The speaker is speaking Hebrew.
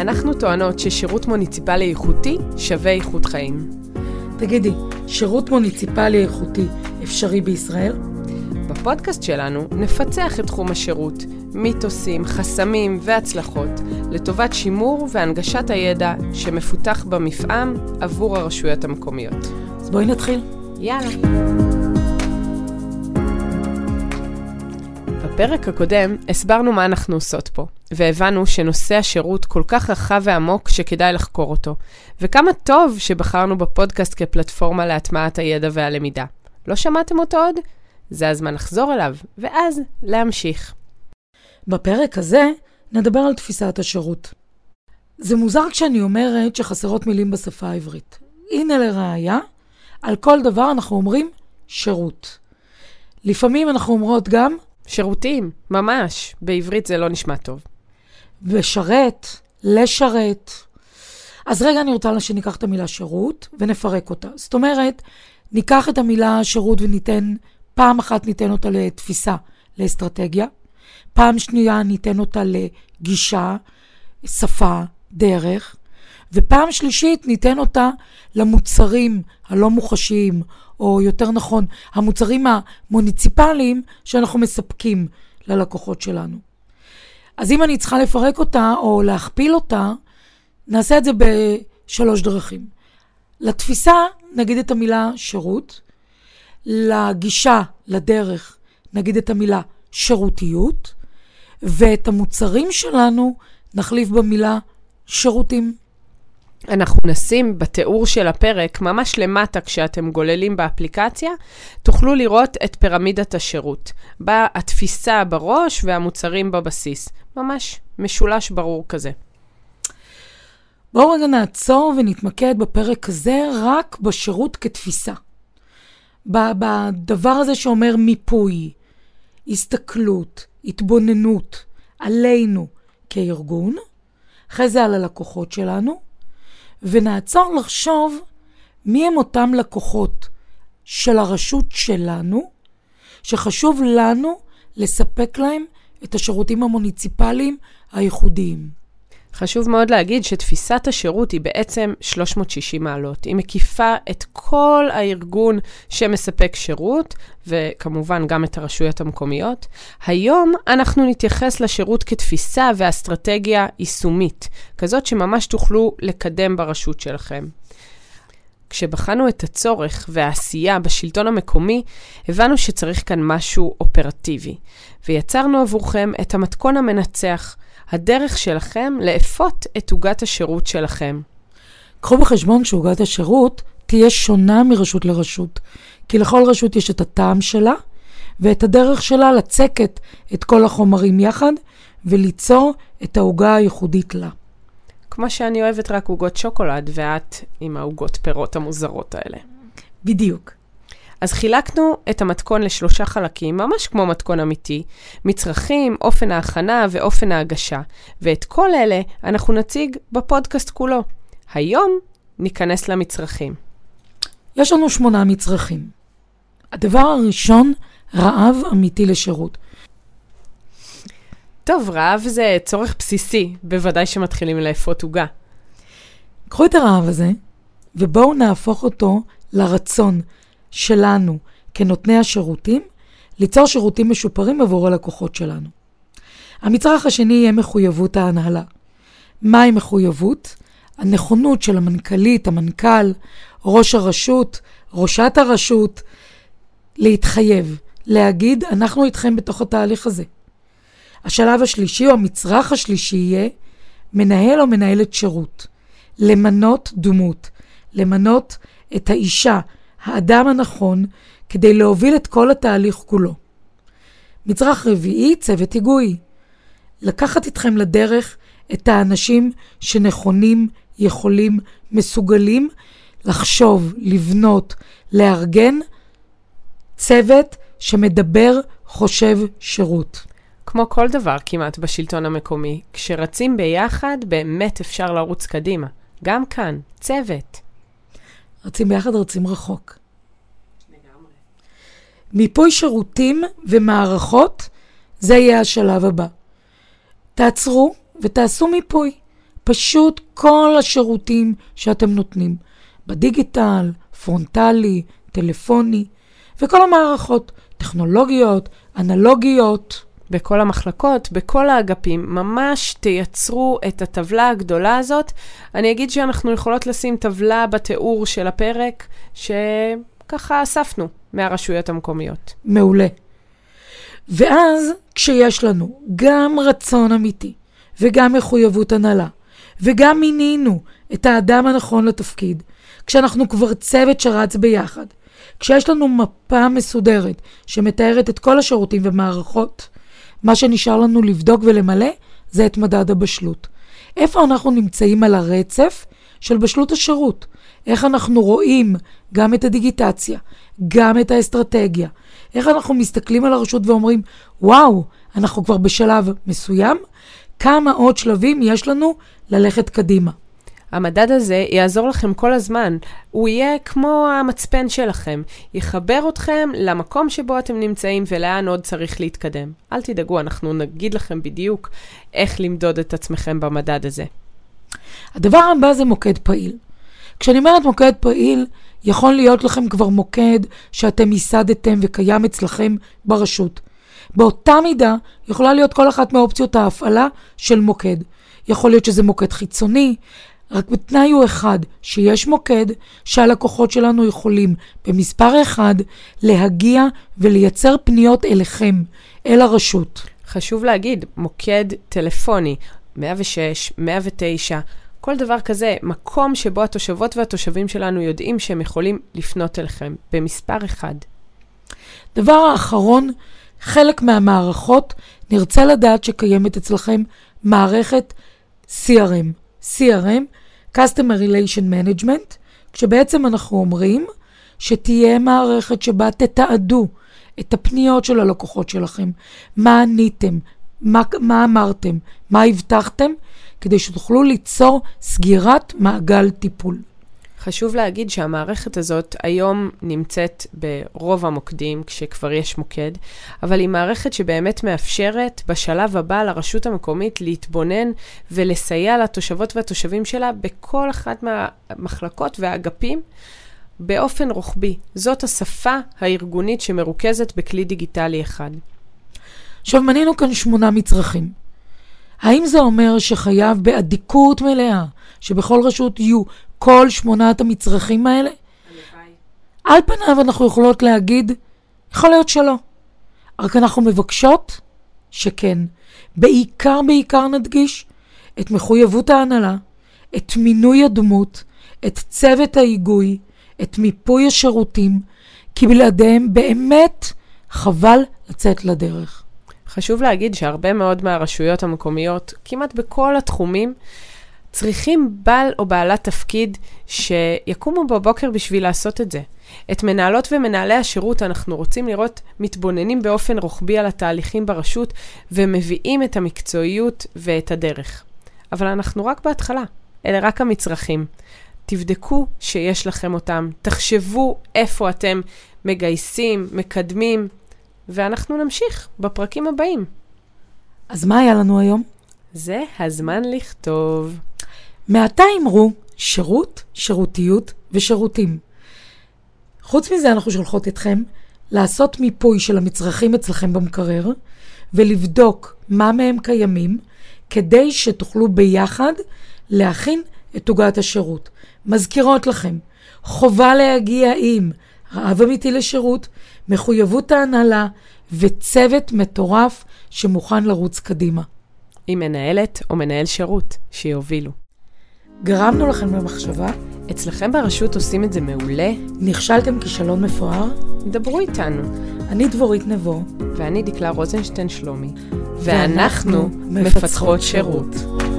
אנחנו טוענות ששירות מוניציפלי איכותי שווה איכות חיים. תגידי, שירות מוניציפלי איכותי אפשרי בישראל? בפודקאסט שלנו נפצח את תחום השירות, מיתוסים, חסמים והצלחות, לטובת שימור והנגשת הידע שמפותח במפעם עבור הרשויות המקומיות. אז בואי נתחיל. יאללה. בפרק הקודם הסברנו מה אנחנו עושות פה, והבנו שנושא השירות כל כך רחב ועמוק שכדאי לחקור אותו, וכמה טוב שבחרנו בפודקאסט כפלטפורמה להטמעת הידע והלמידה. לא שמעתם אותו עוד? זה הזמן לחזור אליו, ואז להמשיך. בפרק הזה נדבר על תפיסת השירות. זה מוזר כשאני אומרת שחסרות מילים בשפה העברית. הנה לראיה, על כל דבר אנחנו אומרים שירות. לפעמים אנחנו אומרות גם שירותים, ממש. בעברית זה לא נשמע טוב. ושרת, לשרת. אז רגע אני רוצה שניקח את המילה שירות ונפרק אותה. זאת אומרת, ניקח את המילה שירות וניתן, פעם אחת ניתן אותה לתפיסה, לאסטרטגיה. פעם שנייה ניתן אותה לגישה, שפה, דרך. ופעם שלישית ניתן אותה למוצרים הלא מוחשיים, או יותר נכון, המוצרים המוניציפליים שאנחנו מספקים ללקוחות שלנו. אז אם אני צריכה לפרק אותה או להכפיל אותה, נעשה את זה בשלוש דרכים. לתפיסה נגיד את המילה שירות, לגישה, לדרך, נגיד את המילה שירותיות, ואת המוצרים שלנו נחליף במילה שירותים. אנחנו נשים בתיאור של הפרק, ממש למטה כשאתם גוללים באפליקציה, תוכלו לראות את פירמידת השירות. בה התפיסה בראש והמוצרים בבסיס. ממש משולש ברור כזה. בואו רגע נעצור ונתמקד בפרק הזה רק בשירות כתפיסה. בדבר הזה שאומר מיפוי, הסתכלות, התבוננות עלינו כארגון, אחרי זה על הלקוחות שלנו, ונעצור לחשוב מי הם אותם לקוחות של הרשות שלנו, שחשוב לנו לספק להם את השירותים המוניציפליים הייחודיים. חשוב מאוד להגיד שתפיסת השירות היא בעצם 360 מעלות. היא מקיפה את כל הארגון שמספק שירות, וכמובן גם את הרשויות המקומיות. היום אנחנו נתייחס לשירות כתפיסה ואסטרטגיה יישומית, כזאת שממש תוכלו לקדם ברשות שלכם. כשבחנו את הצורך והעשייה בשלטון המקומי, הבנו שצריך כאן משהו אופרטיבי, ויצרנו עבורכם את המתכון המנצח, הדרך שלכם לאפות את עוגת השירות שלכם. קחו בחשבון שעוגת השירות תהיה שונה מרשות לרשות, כי לכל רשות יש את הטעם שלה, ואת הדרך שלה לצקת את כל החומרים יחד, וליצור את העוגה הייחודית לה. כמו שאני אוהבת רק עוגות שוקולד, ואת עם העוגות פירות המוזרות האלה. בדיוק. אז חילקנו את המתכון לשלושה חלקים, ממש כמו מתכון אמיתי, מצרכים, אופן ההכנה ואופן ההגשה, ואת כל אלה אנחנו נציג בפודקאסט כולו. היום ניכנס למצרכים. יש לנו 8 מצרכים. הדבר הראשון, רעב אמיתי לשירות. טוב, רעב זה צורך בסיסי, בוודאי שמתחילים לאפות עוגה. קחו את הרעב הזה, ובואו נהפוך אותו לרצון שלנו כנותני השירותים, ליצור שירותים משופרים עבור הלקוחות שלנו. המצרך השני יהיה מחויבות ההנהלה. מהי מחויבות? הנכונות של המנכ"לית, המנכ"ל, ראש הרשות, ראשת הרשות, להתחייב, להגיד, אנחנו איתכם בתוך התהליך הזה. השלב השלישי או המצרך השלישי יהיה מנהל או מנהלת שירות. למנות דמות, למנות את האישה, האדם הנכון, כדי להוביל את כל התהליך כולו. מצרך רביעי, צוות היגוי. לקחת איתכם לדרך את האנשים שנכונים, יכולים, מסוגלים, לחשוב, לבנות, לארגן, צוות שמדבר, חושב, שירות. כמו כל דבר כמעט בשלטון המקומי, כשרצים ביחד באמת אפשר לרוץ קדימה. גם כאן, צוות. רצים ביחד, רצים רחוק. לגמרי. מיפוי שירותים ומערכות, זה יהיה השלב הבא. תעצרו ותעשו מיפוי. פשוט כל השירותים שאתם נותנים, בדיגיטל, פרונטלי, טלפוני, וכל המערכות, טכנולוגיות, אנלוגיות. בכל המחלקות, בכל האגפים, ממש תייצרו את הטבלה הגדולה הזאת. אני אגיד שאנחנו יכולות לשים טבלה בתיאור של הפרק, שככה אספנו מהרשויות המקומיות. מעולה. ואז כשיש לנו גם רצון אמיתי, וגם מחויבות הנהלה, וגם מינינו את האדם הנכון לתפקיד, כשאנחנו כבר צוות שרץ ביחד, כשיש לנו מפה מסודרת שמתארת את כל השירותים ומערכות, מה שנשאר לנו לבדוק ולמלא זה את מדד הבשלות. איפה אנחנו נמצאים על הרצף של בשלות השירות? איך אנחנו רואים גם את הדיגיטציה, גם את האסטרטגיה? איך אנחנו מסתכלים על הרשות ואומרים, וואו, אנחנו כבר בשלב מסוים? כמה עוד שלבים יש לנו ללכת קדימה? המדד הזה יעזור לכם כל הזמן. הוא יהיה כמו המצפן שלכם. יחבר אתכם למקום שבו אתם נמצאים ולאן עוד צריך להתקדם. אל תדאגו, אנחנו נגיד לכם בדיוק איך למדוד את עצמכם במדד הזה. הדבר הבא זה מוקד פעיל. כשאני אומרת מוקד פעיל, יכול להיות לכם כבר מוקד שאתם ייסדתם וקיים אצלכם ברשות. באותה מידה יכולה להיות כל אחת מאופציות ההפעלה של מוקד. יכול להיות שזה מוקד חיצוני, רק בתנאי הוא אחד, שיש מוקד שהלקוחות שלנו יכולים במספר אחד להגיע ולייצר פניות אליכם, אל הרשות. חשוב להגיד, מוקד טלפוני, 106, 109, כל דבר כזה, מקום שבו התושבות והתושבים שלנו יודעים שהם יכולים לפנות אליכם, במספר אחד. דבר האחרון, חלק מהמערכות נרצה לדעת שקיימת אצלכם מערכת CRM, Customer Relation Management, כשבעצם אנחנו אומרים שתהיה מערכת שבה תתעדו את הפניות של הלקוחות שלכם, מה עניתם, מה אמרתם, מה הבטחתם, כדי שתוכלו ליצור סגירת מעגל טיפול. חשוב להגיד שהמערכת הזאת היום נמצאת ברוב המוקדים כשכבר יש מוקד, אבל היא מערכת שבאמת מאפשרת בשלב הבא לרשות המקומית להתבונן ולסייע לתושבות והתושבים שלה בכל אחת מהמחלקות והאגפים באופן רוחבי. זאת השפה הארגונית שמרוכזת בכלי דיגיטלי אחד. עכשיו מנינו כאן 8 מצרכים. האם זה אומר שחייב בעדיקות מלאה שבכל רשות יהיו כל 8 המצרכים האלה? על פניו אנחנו יכולות להגיד, יכול להיות שלא. רק אנחנו מבקשות שכן. בעיקר נדגיש את מחויבות ההנהלה, את מינוי הדמות, את צוות ההיגוי, את מיפוי השירותים, כי בלעדיהם באמת חבל לצאת לדרך. חשוב להגיד שהרבה מאוד מהרשויות המקומיות, כמעט בכל התחומים, צריכים בעל או בעלת תפקיד שיקומו בבוקר בשביל לעשות את זה. את מנהלות ומנהלי השירות אנחנו רוצים לראות מתבוננים באופן רוחבי על התהליכים ברשות ומביאים את המקצועיות ואת הדרך. אבל אנחנו רק בהתחלה, אלה רק המצרכים. תבדקו שיש לכם אותם, תחשבו איפה אתם מגייסים, מקדמים, ואנחנו נמשיך בפרקים הבאים. אז מה היה לנו היום? זה הזמן לכתוב. מעתה אמרו שירות, שירותיות ושירותים. חוץ מזה אנחנו שולחות אתכם לעשות מיפוי של המצרכים אצלכם במקרר, ולבדוק מה מהם קיימים, כדי שתוכלו ביחד להכין את עוגת השירות. מזכירות לכם, חובה להגיע עם רעב אמיתי לשירות, מחויבות ההנהלה וצוות מטורף שמוכן לרוץ קדימה. עם מנהלת או מנהל שירות שיובילו. גרמנו לכם במחשבה? אצלכם ברשות עושים את זה מעולה? נכשלתם כישלון מפואר? דברו איתנו. אני דבורית נבו. ואני דקלה רוזנשטיין שלומי. ואנחנו מפצחות שירות.